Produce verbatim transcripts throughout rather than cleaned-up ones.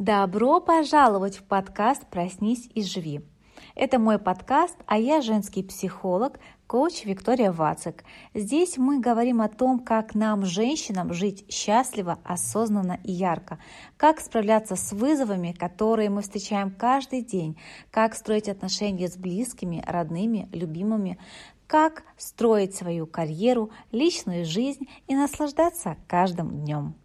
Добро пожаловать в подкаст «Проснись и живи». Это мой подкаст, а я женский психолог, коуч Виктория Вацик. Здесь мы говорим о том, как нам, женщинам, жить счастливо, осознанно и ярко, как справляться с вызовами, которые мы встречаем каждый день, как строить отношения с близкими, родными, любимыми, как строить свою карьеру, личную жизнь и наслаждаться каждым днем.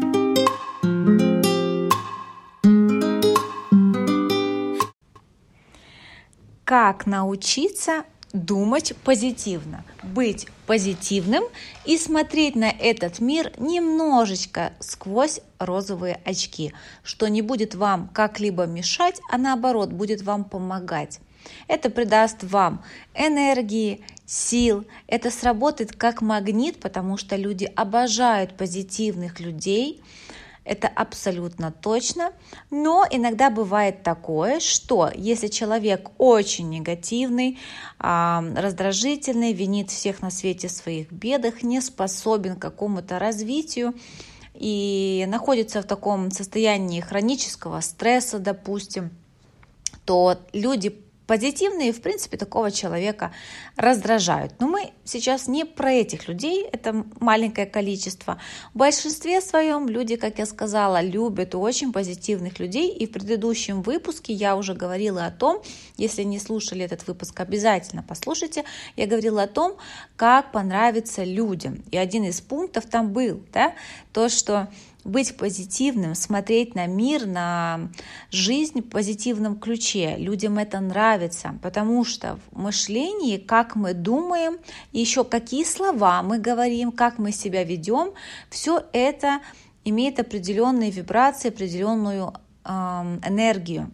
Как научиться думать позитивно, быть позитивным и смотреть на этот мир немножечко сквозь розовые очки, что не будет вам как-либо мешать, а наоборот будет вам помогать. Это придаст вам энергии, сил, это сработает как магнит, потому что люди обожают позитивных людей. Это абсолютно точно, но иногда бывает такое, что если человек очень негативный, раздражительный, винит всех на свете в своих бедах, не способен к какому-то развитию и находится в таком состоянии хронического стресса, допустим, то люди позитивные, в принципе, такого человека раздражают. Но мы сейчас не про этих людей, это маленькое количество. В большинстве своем люди, как я сказала, любят очень позитивных людей. И в предыдущем выпуске я уже говорила о том, если не слушали этот выпуск, обязательно послушайте, я говорила о том, как понравиться людям. И один из пунктов там был, да, то, что быть позитивным, смотреть на мир, на жизнь в позитивном ключе. Людям это нравится, потому что в мышлении, как мы думаем, еще какие слова мы говорим, как мы себя ведем, все это имеет определенные вибрации, определенную э, энергию.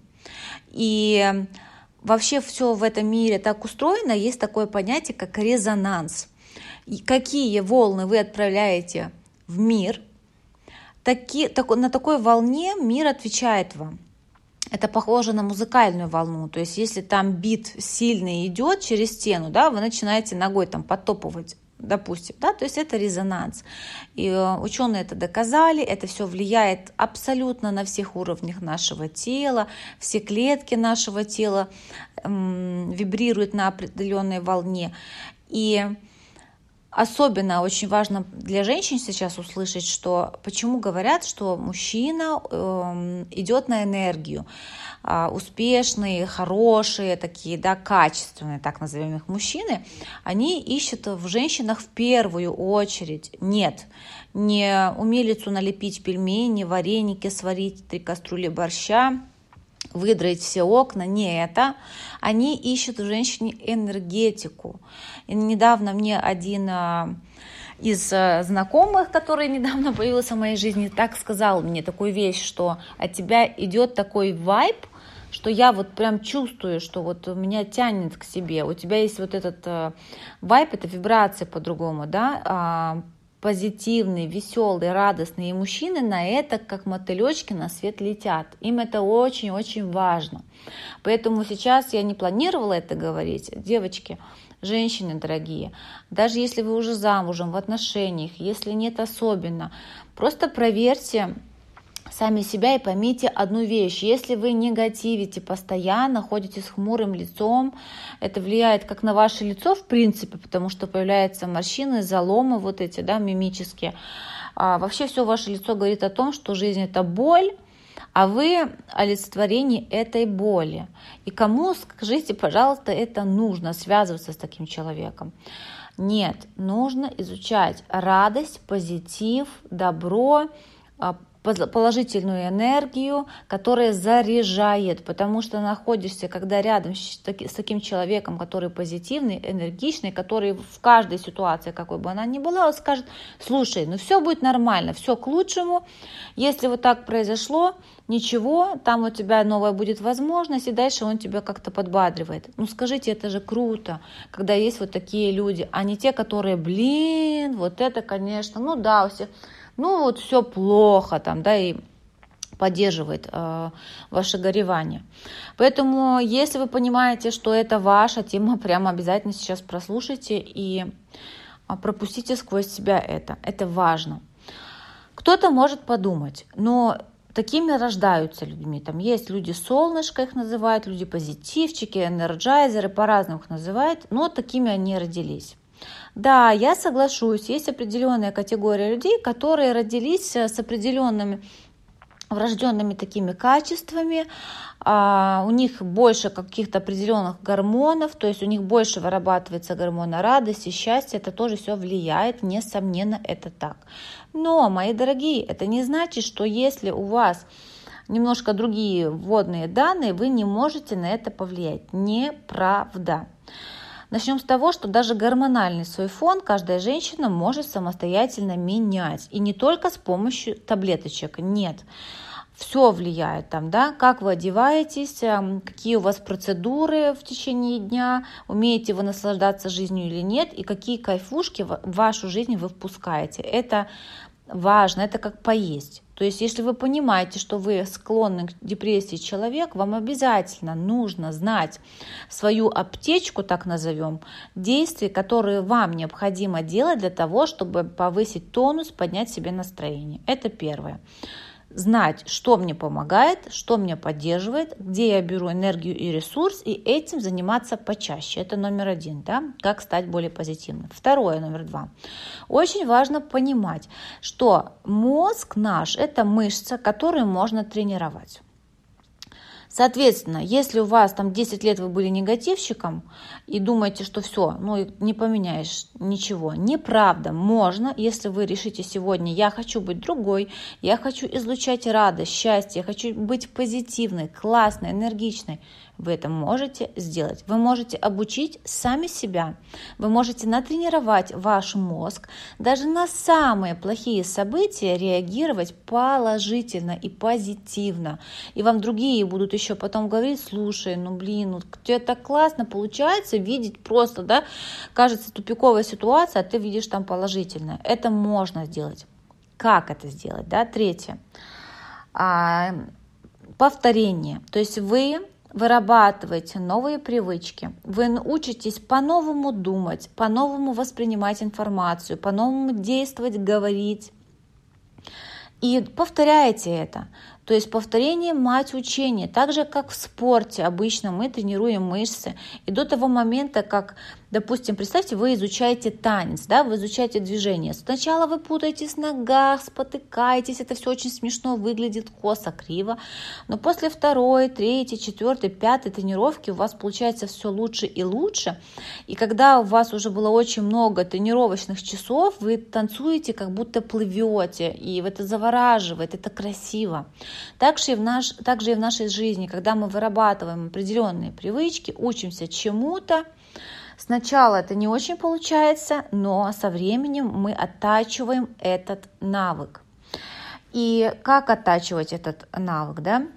И вообще все в этом мире так устроено, есть такое понятие, как резонанс. И какие волны вы отправляете в мир, Таки, так, на такой волне мир отвечает вам. Это похоже на музыкальную волну. То есть если там бит сильный идет через стену, да, вы начинаете ногой там потопывать, допустим. Да, то есть это резонанс. И ученые это доказали. Это все влияет абсолютно на всех уровнях нашего тела. Все клетки нашего тела эм, вибрируют на определенной волне. И особенно очень важно для женщин сейчас услышать, что почему говорят, что мужчина э, идет на энергию. Э, успешные, хорошие, такие, да, качественные, так назовем их мужчины, они ищут в женщинах в первую очередь. Нет, не умелицу налепить пельмени, вареники сварить, три кастрюли борща, выдроить все окна, не это. Они ищут в женщине энергетику. И недавно мне один из знакомых, который недавно появился в моей жизни, так сказал мне такую вещь, что от тебя идет такой вайб, что я вот прям чувствую, что вот меня тянет к себе. У тебя есть вот этот вайб, это вибрация по-другому, да, позитивные, веселые, радостные мужчины на это, как мотылечки, на свет летят. Им это очень-очень важно. Поэтому сейчас я не планировала это говорить. Девочки, женщины дорогие, даже если вы уже замужем, в отношениях, если нет особенно, просто проверьте сами себя и поймите одну вещь. Если вы негативите постоянно, ходите с хмурым лицом, это влияет как на ваше лицо, в принципе, потому что появляются морщины, заломы вот эти, да, мимические. А вообще все ваше лицо говорит о том, что жизнь — это боль, а вы олицетворение этой боли. И кому, скажите, пожалуйста, это нужно, связываться с таким человеком? Нет, нужно изучать радость, позитив, добро, положительную энергию, которая заряжает, потому что находишься, когда рядом с таким человеком, который позитивный, энергичный, который в каждой ситуации, какой бы она ни была, он скажет: слушай, ну все будет нормально, все к лучшему, если вот так произошло, ничего, там у тебя новая будет возможность, и дальше он тебя как-то подбадривает. Ну скажите, это же круто, когда есть вот такие люди, а не те, которые, блин, вот это, конечно, ну да, у всех, ну вот все плохо там, да, и поддерживает э, ваше горевание. Поэтому, если вы понимаете, что это ваша тема, прямо обязательно сейчас прослушайте и пропустите сквозь себя это. Это важно. Кто-то может подумать, но такими рождаются людьми. Там есть люди солнышко, их называют, люди позитивчики, энерджайзеры, по-разному их называют, но такими они родились. Да, я соглашусь, есть определенная категория людей, которые родились с определенными врожденными такими качествами, а, у них больше каких-то определенных гормонов, то есть у них больше вырабатывается гормона радости, счастья, это тоже все влияет, несомненно, это так. Но, мои дорогие, это не значит, что если у вас немножко другие вводные данные, вы не можете на это повлиять. Неправда. Начнем с того, что даже гормональный свой фон каждая женщина может самостоятельно менять. И не только с помощью таблеточек, нет. Все влияет там, да, как вы одеваетесь, какие у вас процедуры в течение дня, умеете вы наслаждаться жизнью или нет, и какие кайфушки в вашу жизнь вы впускаете. Это важно, это как поесть. То есть, если вы понимаете, что вы склонны к депрессии человек, вам обязательно нужно знать свою аптечку, так назовем, действий, которые вам необходимо делать для того, чтобы повысить тонус, поднять себе настроение. Это первое. Знать, что мне помогает, что меня поддерживает, где я беру энергию и ресурс, и этим заниматься почаще. Это номер один, да, как стать более позитивным. Второе, номер два. Очень важно понимать, что мозг наш – это мышца, которую можно тренировать. Соответственно, если у вас там десять лет вы были негативщиком и думаете, что все, ну не поменяешь ничего, неправда. Можно, если вы решите сегодня, я хочу быть другой, я хочу излучать радость, счастье, я хочу быть позитивной, классной, энергичной. Вы это можете сделать. Вы можете обучить сами себя. Вы можете натренировать ваш мозг даже на самые плохие события реагировать положительно и позитивно. И вам другие будут еще потом говорить: слушай, ну блин, ну тебе так классно получается видеть просто, да, кажется тупиковая ситуация, а ты видишь там положительное. Это можно сделать. Как это сделать? Да? Третье. А, повторение. То есть вы вырабатываете новые привычки, вы учитесь по-новому думать, по-новому воспринимать информацию, по-новому действовать, говорить. И повторяете это. То есть повторение – мать учения. Так же, как в спорте обычно мы тренируем мышцы. И до того момента, как, допустим, представьте, вы изучаете танец, да, вы изучаете движение. Сначала вы путаетесь в ногах, спотыкаетесь, это все очень смешно выглядит, косо, криво. Но после второй, третьей, четвертой, пятой тренировки у вас получается все лучше и лучше. И когда у вас уже было очень много тренировочных часов, вы танцуете, как будто плывете, и это завораживает, это красиво. Также и, в наш, также и в нашей жизни, когда мы вырабатываем определенные привычки, учимся чему-то, сначала это не очень получается, но со временем мы оттачиваем этот навык. И как оттачивать этот навык, да?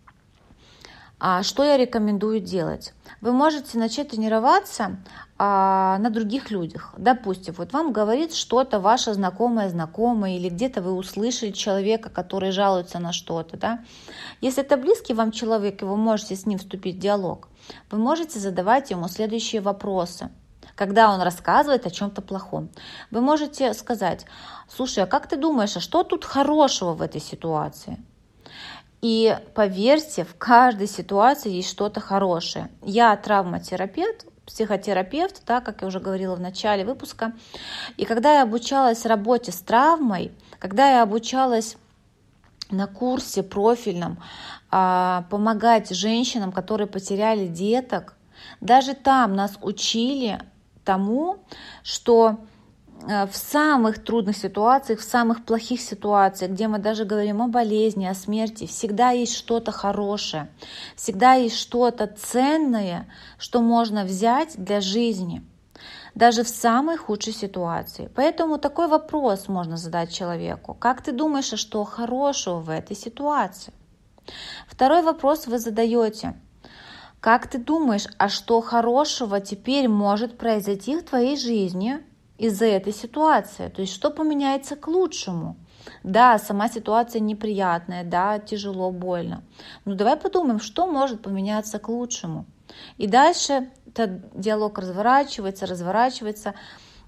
А что я рекомендую делать? Вы можете начать тренироваться а, на других людях. Допустим, вот вам говорит что-то ваша знакомая знакомая, или где-то вы услышали человека, который жалуется на что-то. Да? Если это близкий вам человек, и вы можете с ним вступить в диалог, вы можете задавать ему следующие вопросы. Когда он рассказывает о чем-то плохом, вы можете сказать: слушай, а как ты думаешь, а что тут хорошего в этой ситуации? И поверьте, в каждой ситуации есть что-то хорошее. Я травматерапевт, психотерапевт, да, как я уже говорила в начале выпуска. И когда я обучалась работе с травмой, когда я обучалась на курсе профильном а, помогать женщинам, которые потеряли деток, даже там нас учили тому, что в самых трудных ситуациях, в самых плохих ситуациях, где мы даже говорим о болезни, о смерти, всегда есть что-то хорошее, всегда есть что-то ценное, что можно взять для жизни, даже в самой худшей ситуации. Поэтому такой вопрос можно задать человеку: как ты думаешь, а что хорошего в этой ситуации? Второй вопрос вы задаете: как ты думаешь, а что хорошего теперь может произойти в твоей жизни из-за этой ситуации? То есть что поменяется к лучшему? Да, сама ситуация неприятная, да, тяжело, больно. Но давай подумаем, что может поменяться к лучшему. И дальше этот диалог разворачивается, разворачивается.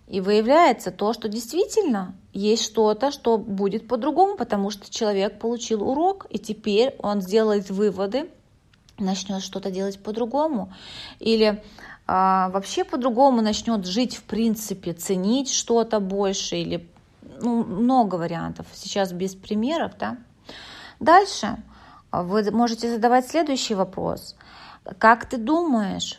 И выявляется то, что действительно есть что-то, что будет по-другому, потому что человек получил урок, и теперь он сделает выводы, начнет что-то делать по-другому. Или а, вообще по-другому начнет жить в принципе, ценить что-то больше, или ну, много вариантов. Сейчас без примеров, да. Дальше вы можете задавать следующий вопрос. Как ты думаешь,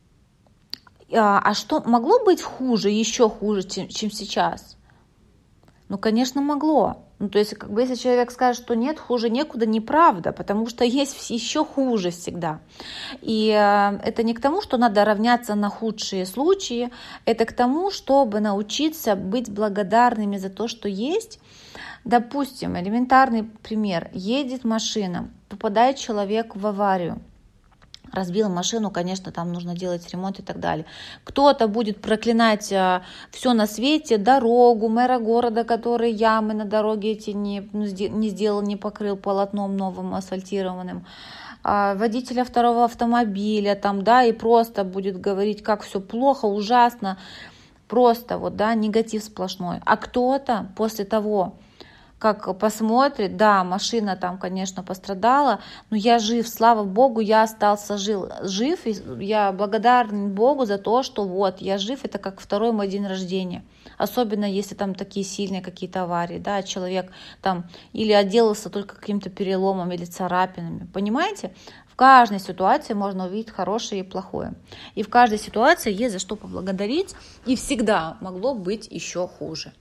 а что могло быть хуже, еще хуже, чем, чем сейчас? Ну, конечно, могло. Ну, то есть, как бы, если человек скажет, что нет, хуже некуда, неправда, потому что есть еще хуже всегда. И э, это не к тому, что надо равняться на худшие случаи, это к тому, чтобы научиться быть благодарными за то, что есть. Допустим, элементарный пример. Едет машина, попадает человек в аварию. Разбил машину, конечно, там нужно делать ремонт и так далее. Кто-то будет проклинать а, все на свете, дорогу, мэра города, который ямы на дороге эти не, не сделал, не покрыл полотном новым асфальтированным, а, водителя второго автомобиля, там, да, и просто будет говорить, как все плохо, ужасно, просто вот, да, негатив сплошной. А кто-то после того, как посмотрит, да, машина там, конечно, пострадала, но я жив, слава Богу, я остался жил, жив, и я благодарен Богу за то, что вот, я жив, это как второй мой день рождения. Особенно, если там такие сильные какие-то аварии, да, человек там или отделался только каким-то переломом или царапинами, понимаете? В каждой ситуации можно увидеть хорошее и плохое. И в каждой ситуации есть за что поблагодарить, и всегда могло быть еще хуже.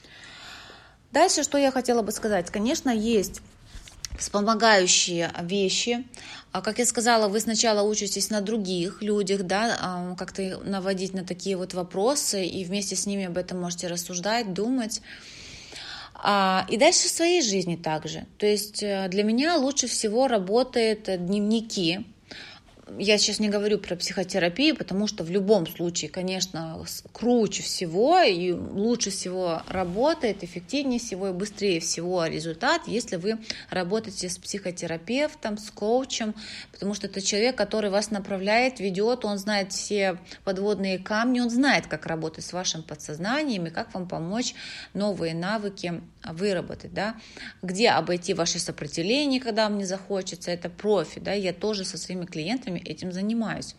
Дальше, что я хотела бы сказать. Конечно, есть вспомогающие вещи. Как я сказала, вы сначала учитесь на других людях, да, как-то наводить на такие вот вопросы, и вместе с ними об этом можете рассуждать, думать. И дальше в своей жизни также. То есть для меня лучше всего работают дневники. Я сейчас не говорю про психотерапию, потому что в любом случае, конечно, круче всего и лучше всего работает, эффективнее всего и быстрее всего результат, если вы работаете с психотерапевтом, с коучем, потому что это человек, который вас направляет, ведет, он знает все подводные камни, он знает, как работать с вашим подсознанием и как вам помочь новые навыки выработать, да, где обойти ваше сопротивление, когда вам не захочется, это профи, да, я тоже со своими клиентами этим занимаюсь.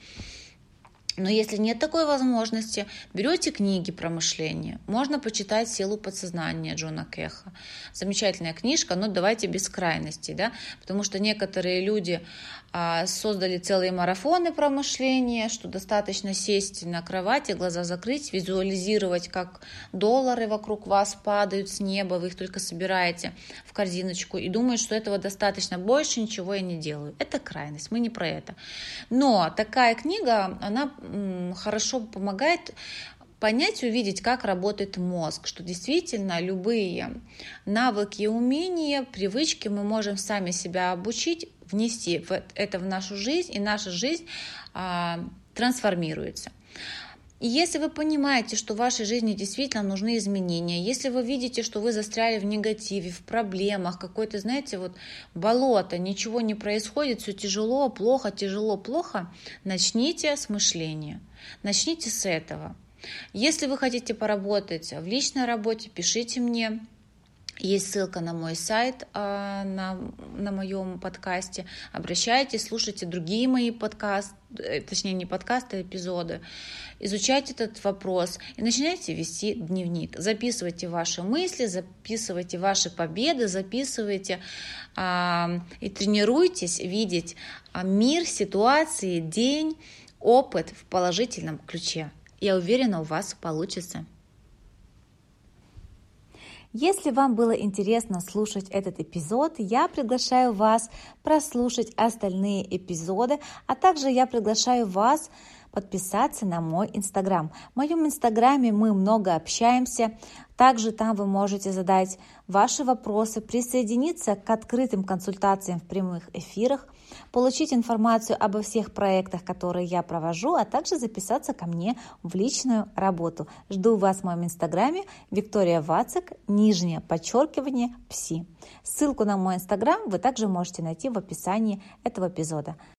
Но если нет такой возможности, берете книги про мышление. Можно почитать «Силу подсознания» Джона Кэха. Замечательная книжка, но давайте без крайностей, да? Потому что некоторые люди а, создали целые марафоны про мышление, что достаточно сесть на кровати, глаза закрыть, визуализировать, как доллары вокруг вас падают с неба, вы их только собираете в корзиночку и думают, что этого достаточно, больше ничего я не делаю. Это крайность, мы не про это. Но такая книга, она хорошо помогает понять и увидеть, как работает мозг, что действительно любые навыки, умения, привычки мы можем сами себя обучить, внести это в нашу жизнь, и наша жизнь а, трансформируется. И если вы понимаете, что в вашей жизни действительно нужны изменения, если вы видите, что вы застряли в негативе, в проблемах, какое-то, знаете, вот болото, ничего не происходит, все тяжело, плохо, тяжело, плохо, начните с мышления, начните с этого. Если вы хотите поработать в личной работе, пишите мне. Есть ссылка на мой сайт, на, на моем подкасте. Обращайтесь, слушайте другие мои подкасты, точнее не подкасты, а эпизоды. Изучайте этот вопрос и начинайте вести дневник. Записывайте ваши мысли, записывайте ваши победы, записывайте а, и тренируйтесь видеть мир, ситуации, день, опыт в положительном ключе. Я уверена, у вас получится. Если вам было интересно слушать этот эпизод, я приглашаю вас прослушать остальные эпизоды, а также я приглашаю вас подписаться на мой Инстаграм. В моем Инстаграме мы много общаемся. Также там вы можете задать ваши вопросы, присоединиться к открытым консультациям в прямых эфирах, получить информацию обо всех проектах, которые я провожу, а также записаться ко мне в личную работу. Жду вас в моем Инстаграме Виктория Вацак, нижнее подчеркивание, пси. Ссылку на мой Инстаграм вы также можете найти в описании этого эпизода.